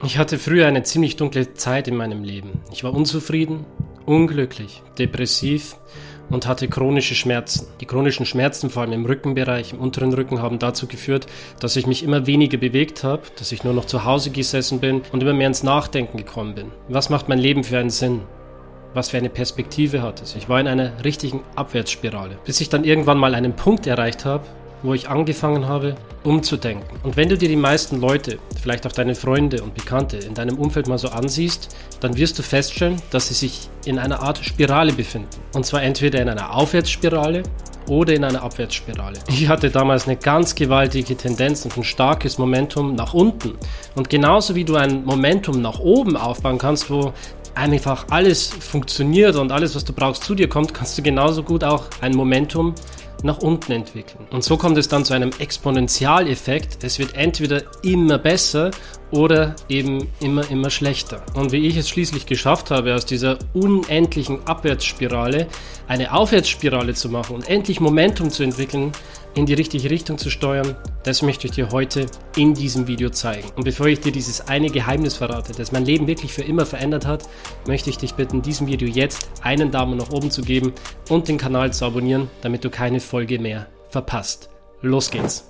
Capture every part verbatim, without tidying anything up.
Ich hatte früher eine ziemlich dunkle Zeit in meinem Leben. Ich war unzufrieden, unglücklich, depressiv und hatte chronische Schmerzen. Die chronischen Schmerzen, vor allem im Rückenbereich, im unteren Rücken, haben dazu geführt, dass ich mich immer weniger bewegt habe, dass ich nur noch zu Hause gesessen bin und immer mehr ins Nachdenken gekommen bin. Was macht mein Leben für einen Sinn? Was für eine Perspektive hat es? Ich war in einer richtigen Abwärtsspirale, bis ich dann irgendwann mal einen Punkt erreicht habe, wo ich angefangen habe, umzudenken. Und wenn du dir die meisten Leute, vielleicht auch deine Freunde und Bekannte in deinem Umfeld mal so ansiehst, dann wirst du feststellen, dass sie sich in einer Art Spirale befinden. Und zwar entweder in einer Aufwärtsspirale oder in einer Abwärtsspirale. Ich hatte damals eine ganz gewaltige Tendenz und ein starkes Momentum nach unten. Und genauso wie du ein Momentum nach oben aufbauen kannst, wo einfach alles funktioniert und alles, was du brauchst, zu dir kommt, kannst du genauso gut auch ein Momentum nach unten entwickeln. Und so kommt es dann zu einem Exponentialeffekt. Es wird entweder immer besser oder eben immer, immer schlechter. Und wie ich es schließlich geschafft habe, aus dieser unendlichen Abwärtsspirale eine Aufwärtsspirale zu machen und endlich Momentum zu entwickeln, in die richtige Richtung zu steuern, das möchte ich dir heute in diesem Video zeigen. Und bevor ich dir dieses eine Geheimnis verrate, das mein Leben wirklich für immer verändert hat, möchte ich dich bitten, diesem Video jetzt einen Daumen nach oben zu geben und den Kanal zu abonnieren, damit du keine Folge mehr verpasst. Los geht's!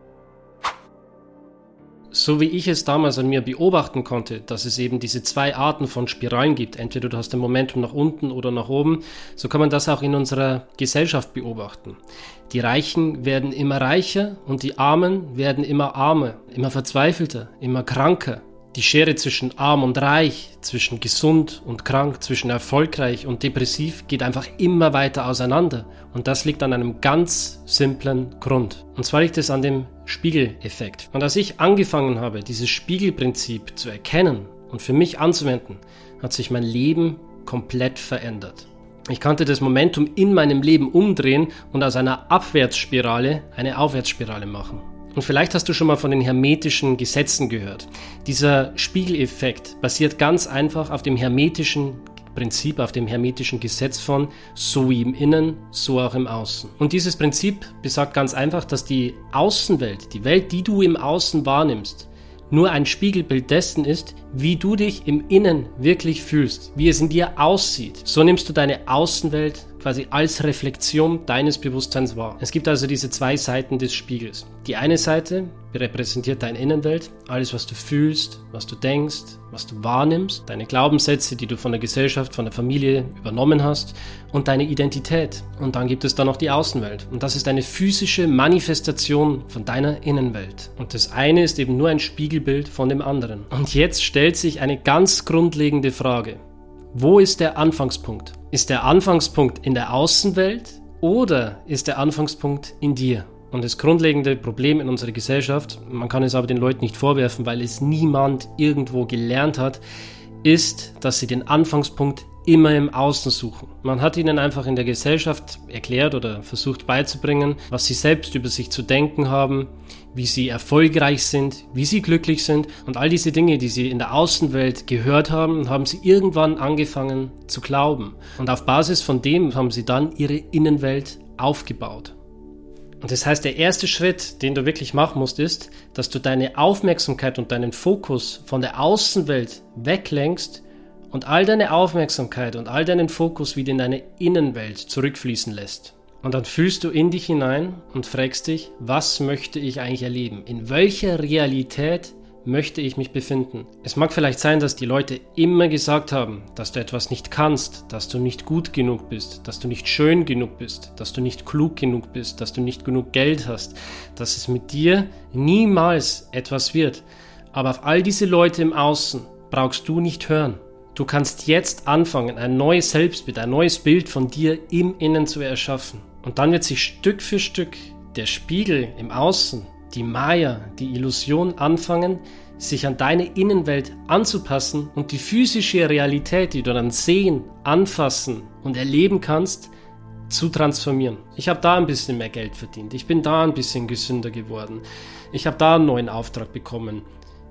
So wie ich es damals an mir beobachten konnte, dass es eben diese zwei Arten von Spiralen gibt, entweder du hast ein Momentum nach unten oder nach oben, so kann man das auch in unserer Gesellschaft beobachten. Die Reichen werden immer reicher und die Armen werden immer armer, immer verzweifelter, immer kranker. Die Schere zwischen arm und reich, zwischen gesund und krank, zwischen erfolgreich und depressiv geht einfach immer weiter auseinander. Und das liegt an einem ganz simplen Grund. Und zwar liegt es an dem Spiegeleffekt. Und als ich angefangen habe, dieses Spiegelprinzip zu erkennen und für mich anzuwenden, hat sich mein Leben komplett verändert. Ich konnte das Momentum in meinem Leben umdrehen und aus einer Abwärtsspirale eine Aufwärtsspirale machen. Und vielleicht hast du schon mal von den hermetischen Gesetzen gehört. Dieser Spiegeleffekt basiert ganz einfach auf dem hermetischen Prinzip, auf dem hermetischen Gesetz von so wie im Innen, so auch im Außen. Und dieses Prinzip besagt ganz einfach, dass die Außenwelt, die Welt, die du im Außen wahrnimmst, nur ein Spiegelbild dessen ist, wie du dich im Innen wirklich fühlst, wie es in dir aussieht. So nimmst du deine Außenwelt quasi als Reflexion deines Bewusstseins wahr. Es gibt also diese zwei Seiten des Spiegels. Die eine Seite repräsentiert deine Innenwelt, alles was du fühlst, was du denkst, was du wahrnimmst, deine Glaubenssätze, die du von der Gesellschaft, von der Familie übernommen hast und deine Identität. Und dann gibt es da noch die Außenwelt. Und das ist eine physische Manifestation von deiner Innenwelt. Und das eine ist eben nur ein Spiegelbild von dem anderen. Und jetzt stellt sich eine ganz grundlegende Frage. Wo ist der Anfangspunkt? Ist der Anfangspunkt in der Außenwelt oder ist der Anfangspunkt in dir? Und das grundlegende Problem in unserer Gesellschaft, man kann es aber den Leuten nicht vorwerfen, weil es niemand irgendwo gelernt hat, ist, dass sie den Anfangspunkt immer im Außen suchen. Man hat ihnen einfach in der Gesellschaft erklärt oder versucht beizubringen, was sie selbst über sich zu denken haben, wie sie erfolgreich sind, wie sie glücklich sind und all diese Dinge, die sie in der Außenwelt gehört haben, haben sie irgendwann angefangen zu glauben. Und auf Basis von dem haben sie dann ihre Innenwelt aufgebaut. Und das heißt, der erste Schritt, den du wirklich machen musst, ist, dass du deine Aufmerksamkeit und deinen Fokus von der Außenwelt weglenkst und all deine Aufmerksamkeit und all deinen Fokus wieder in deine Innenwelt zurückfließen lässt. Und dann fühlst du in dich hinein und fragst dich, was möchte ich eigentlich erleben? In welcher Realität möchte ich mich befinden? Es mag vielleicht sein, dass die Leute immer gesagt haben, dass du etwas nicht kannst, dass du nicht gut genug bist, dass du nicht schön genug bist, dass du nicht klug genug bist, dass du nicht genug Geld hast, dass es mit dir niemals etwas wird. Aber auf all diese Leute im Außen brauchst du nicht hören. Du kannst jetzt anfangen, ein neues Selbstbild, ein neues Bild von dir im Innen zu erschaffen. Und dann wird sich Stück für Stück der Spiegel im Außen, die Maya, die Illusion anfangen, sich an deine Innenwelt anzupassen und die physische Realität, die du dann sehen, anfassen und erleben kannst, zu transformieren. Ich habe da ein bisschen mehr Geld verdient, ich bin da ein bisschen gesünder geworden, ich habe da einen neuen Auftrag bekommen.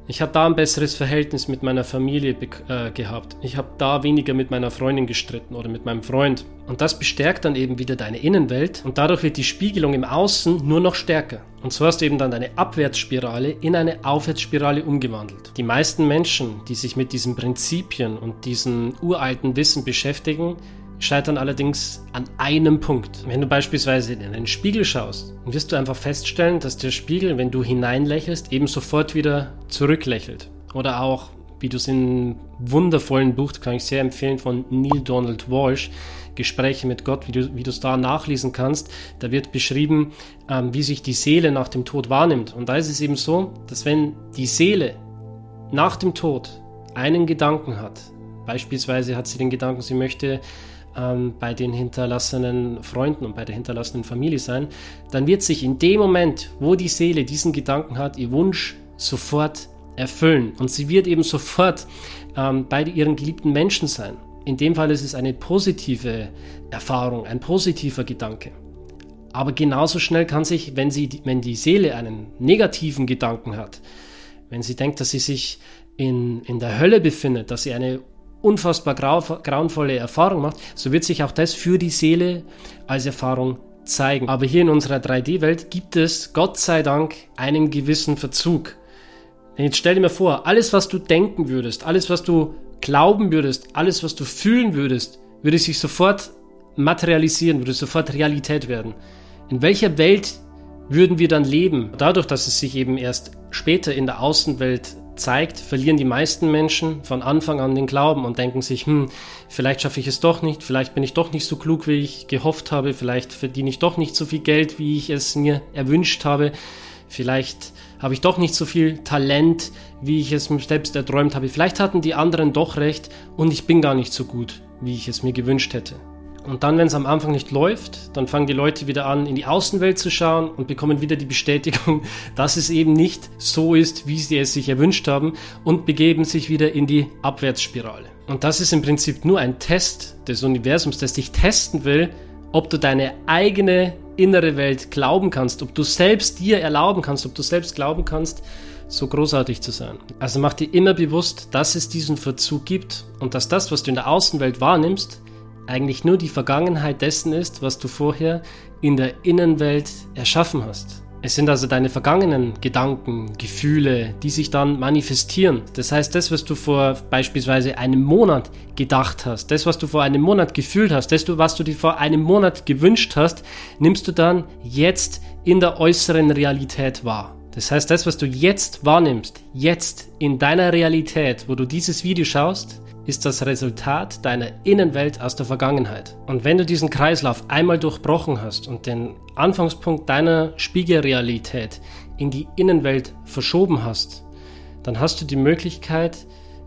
Ich habe da ein besseres Verhältnis mit meiner Familie äh, gehabt. Ich habe da weniger mit meiner Freundin gestritten oder mit meinem Freund. Und das bestärkt dann eben wieder deine Innenwelt und dadurch wird die Spiegelung im Außen nur noch stärker. Und so hast du eben dann deine Abwärtsspirale in eine Aufwärtsspirale umgewandelt. Die meisten Menschen, die sich mit diesen Prinzipien und diesem uralten Wissen beschäftigen, scheitern allerdings an einem Punkt. Wenn du beispielsweise in einen Spiegel schaust, dann wirst du einfach feststellen, dass der Spiegel, wenn du hineinlächelst, eben sofort wieder zurücklächelt. Oder auch, wie du es in einem wundervollen Buch, kann ich sehr empfehlen, von Neale Donald Walsch, Gespräche mit Gott, wie du wie du es da nachlesen kannst, da wird beschrieben, ähm, wie sich die Seele nach dem Tod wahrnimmt. Und da ist es eben so, dass wenn die Seele nach dem Tod einen Gedanken hat, beispielsweise hat sie den Gedanken, sie möchte ähm, bei den hinterlassenen Freunden und bei der hinterlassenen Familie sein, dann wird sich in dem Moment, wo die Seele diesen Gedanken hat, ihr Wunsch sofort erfüllen. Und sie wird eben sofort ähm, bei ihren geliebten Menschen sein. In dem Fall ist es eine positive Erfahrung, ein positiver Gedanke. Aber genauso schnell kann sich, wenn, sie, wenn die Seele einen negativen Gedanken hat, wenn sie denkt, dass sie sich in, in der Hölle befindet, dass sie eine unfassbar grau, grauenvolle Erfahrung macht, so wird sich auch das für die Seele als Erfahrung zeigen. Aber hier in unserer drei D Welt gibt es, Gott sei Dank, einen gewissen Verzug. Jetzt stell dir mal vor, alles, was du denken würdest, alles, was du glauben würdest, alles, was du fühlen würdest, würde sich sofort materialisieren, würde sofort Realität werden. In welcher Welt würden wir dann leben? Dadurch, dass es sich eben erst später in der Außenwelt zeigt, verlieren die meisten Menschen von Anfang an den Glauben und denken sich, hm, vielleicht schaffe ich es doch nicht, vielleicht bin ich doch nicht so klug, wie ich gehofft habe, vielleicht verdiene ich doch nicht so viel Geld, wie ich es mir erwünscht habe, vielleicht habe ich doch nicht so viel Talent, wie ich es mir selbst erträumt habe. Vielleicht hatten die anderen doch recht und ich bin gar nicht so gut, wie ich es mir gewünscht hätte. Und dann, wenn es am Anfang nicht läuft, dann fangen die Leute wieder an, in die Außenwelt zu schauen und bekommen wieder die Bestätigung, dass es eben nicht so ist, wie sie es sich erwünscht haben und begeben sich wieder in die Abwärtsspirale. Und das ist im Prinzip nur ein Test des Universums, das dich testen will, ob du deine eigene innere Welt glauben kannst, ob du selbst dir erlauben kannst, ob du selbst glauben kannst, so großartig zu sein. Also mach dir immer bewusst, dass es diesen Verzug gibt und dass das, was du in der Außenwelt wahrnimmst, eigentlich nur die Vergangenheit dessen ist, was du vorher in der Innenwelt erschaffen hast. Es sind also deine vergangenen Gedanken, Gefühle, die sich dann manifestieren. Das heißt, das, was du vor beispielsweise einem Monat gedacht hast, das, was du vor einem Monat gefühlt hast, das, was du dir vor einem Monat gewünscht hast, nimmst du dann jetzt in der äußeren Realität wahr. Das heißt, das, was du jetzt wahrnimmst, jetzt in deiner Realität, wo du dieses Video schaust, ist das Resultat deiner Innenwelt aus der Vergangenheit. Und wenn du diesen Kreislauf einmal durchbrochen hast und den Anfangspunkt deiner Spiegelrealität in die Innenwelt verschoben hast, dann hast du die Möglichkeit,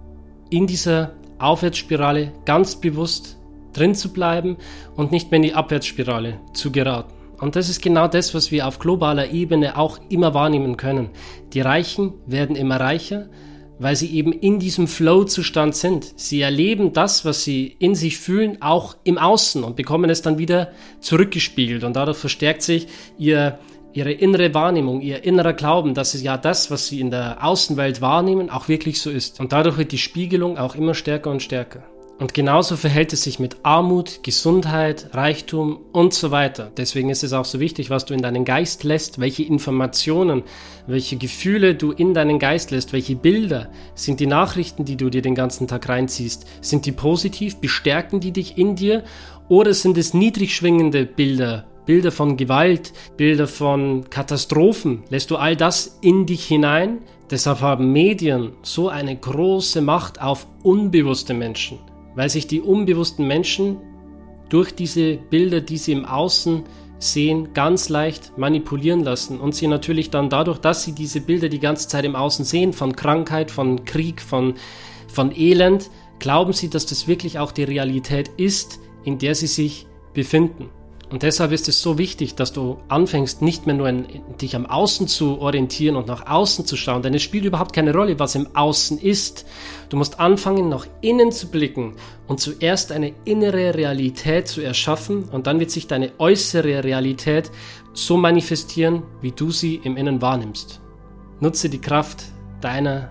in dieser Aufwärtsspirale ganz bewusst drin zu bleiben und nicht mehr in die Abwärtsspirale zu geraten. Und das ist genau das, was wir auf globaler Ebene auch immer wahrnehmen können. Die Reichen werden immer reicher, weil sie eben in diesem Flow-Zustand sind. Sie erleben das, was sie in sich fühlen, auch im Außen und bekommen es dann wieder zurückgespiegelt. Und dadurch verstärkt sich ihr, ihre innere Wahrnehmung, ihr innerer Glauben, dass es ja das, was sie in der Außenwelt wahrnehmen, auch wirklich so ist. Und dadurch wird die Spiegelung auch immer stärker und stärker. Und genauso verhält es sich mit Armut, Gesundheit, Reichtum und so weiter. Deswegen ist es auch so wichtig, was du in deinen Geist lässt, welche Informationen, welche Gefühle du in deinen Geist lässt, welche Bilder sind die Nachrichten, die du dir den ganzen Tag reinziehst. Sind die positiv, bestärken die dich in dir oder sind es niedrig schwingende Bilder, Bilder von Gewalt, Bilder von Katastrophen? Lässt du all das in dich hinein? Deshalb haben Medien so eine große Macht auf unbewusste Menschen. Weil sich die unbewussten Menschen durch diese Bilder, die sie im Außen sehen, ganz leicht manipulieren lassen und sie natürlich dann dadurch, dass sie diese Bilder die ganze Zeit im Außen sehen, von Krankheit, von Krieg, von, von Elend, glauben sie, dass das wirklich auch die Realität ist, in der sie sich befinden. Und deshalb ist es so wichtig, dass du anfängst, nicht mehr nur in, dich am Außen zu orientieren und nach außen zu schauen, denn es spielt überhaupt keine Rolle, was im Außen ist. Du musst anfangen, nach innen zu blicken und zuerst eine innere Realität zu erschaffen und dann wird sich deine äußere Realität so manifestieren, wie du sie im Innen wahrnimmst. Nutze die Kraft deiner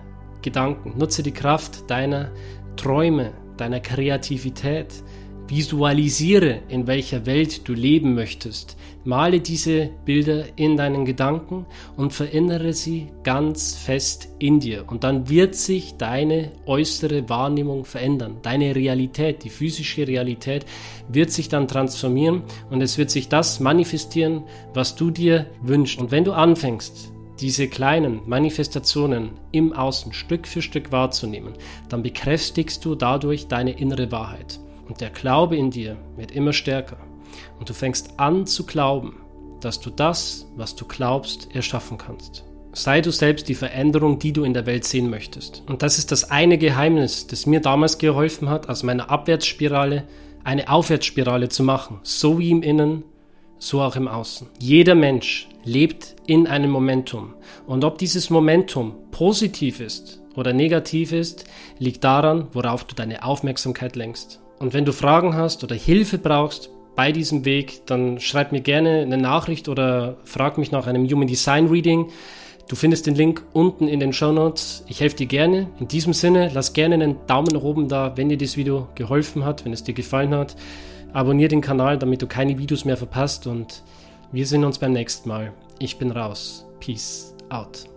Gedanken. Nutze die Kraft deiner Träume, deiner Kreativität. Visualisiere, in welcher Welt du leben möchtest. Male diese Bilder in deinen Gedanken und verinnere sie ganz fest in dir. Und dann wird sich deine äußere Wahrnehmung verändern. Deine Realität, die physische Realität, wird sich dann transformieren und es wird sich das manifestieren, was du dir wünschst. Und wenn du anfängst, diese kleinen Manifestationen im Außen Stück für Stück wahrzunehmen, dann bekräftigst du dadurch deine innere Wahrheit. Und der Glaube in dir wird immer stärker. Und du fängst an zu glauben, dass du das, was du glaubst, erschaffen kannst. Sei du selbst die Veränderung, die du in der Welt sehen möchtest. Und das ist das eine Geheimnis, das mir damals geholfen hat, aus meiner Abwärtsspirale eine Aufwärtsspirale zu machen. So wie im Innen, so auch im Außen. Jeder Mensch lebt in einem Momentum. Und ob dieses Momentum positiv ist oder negativ ist, liegt daran, worauf du deine Aufmerksamkeit lenkst. Und wenn du Fragen hast oder Hilfe brauchst bei diesem Weg, dann schreib mir gerne eine Nachricht oder frag mich nach einem Human Design Reading. Du findest den Link unten in den Shownotes. Ich helfe dir gerne. In diesem Sinne, lass gerne einen Daumen nach oben da, wenn dir das Video geholfen hat, wenn es dir gefallen hat. Abonniere den Kanal, damit du keine Videos mehr verpasst und wir sehen uns beim nächsten Mal. Ich bin raus. Peace out.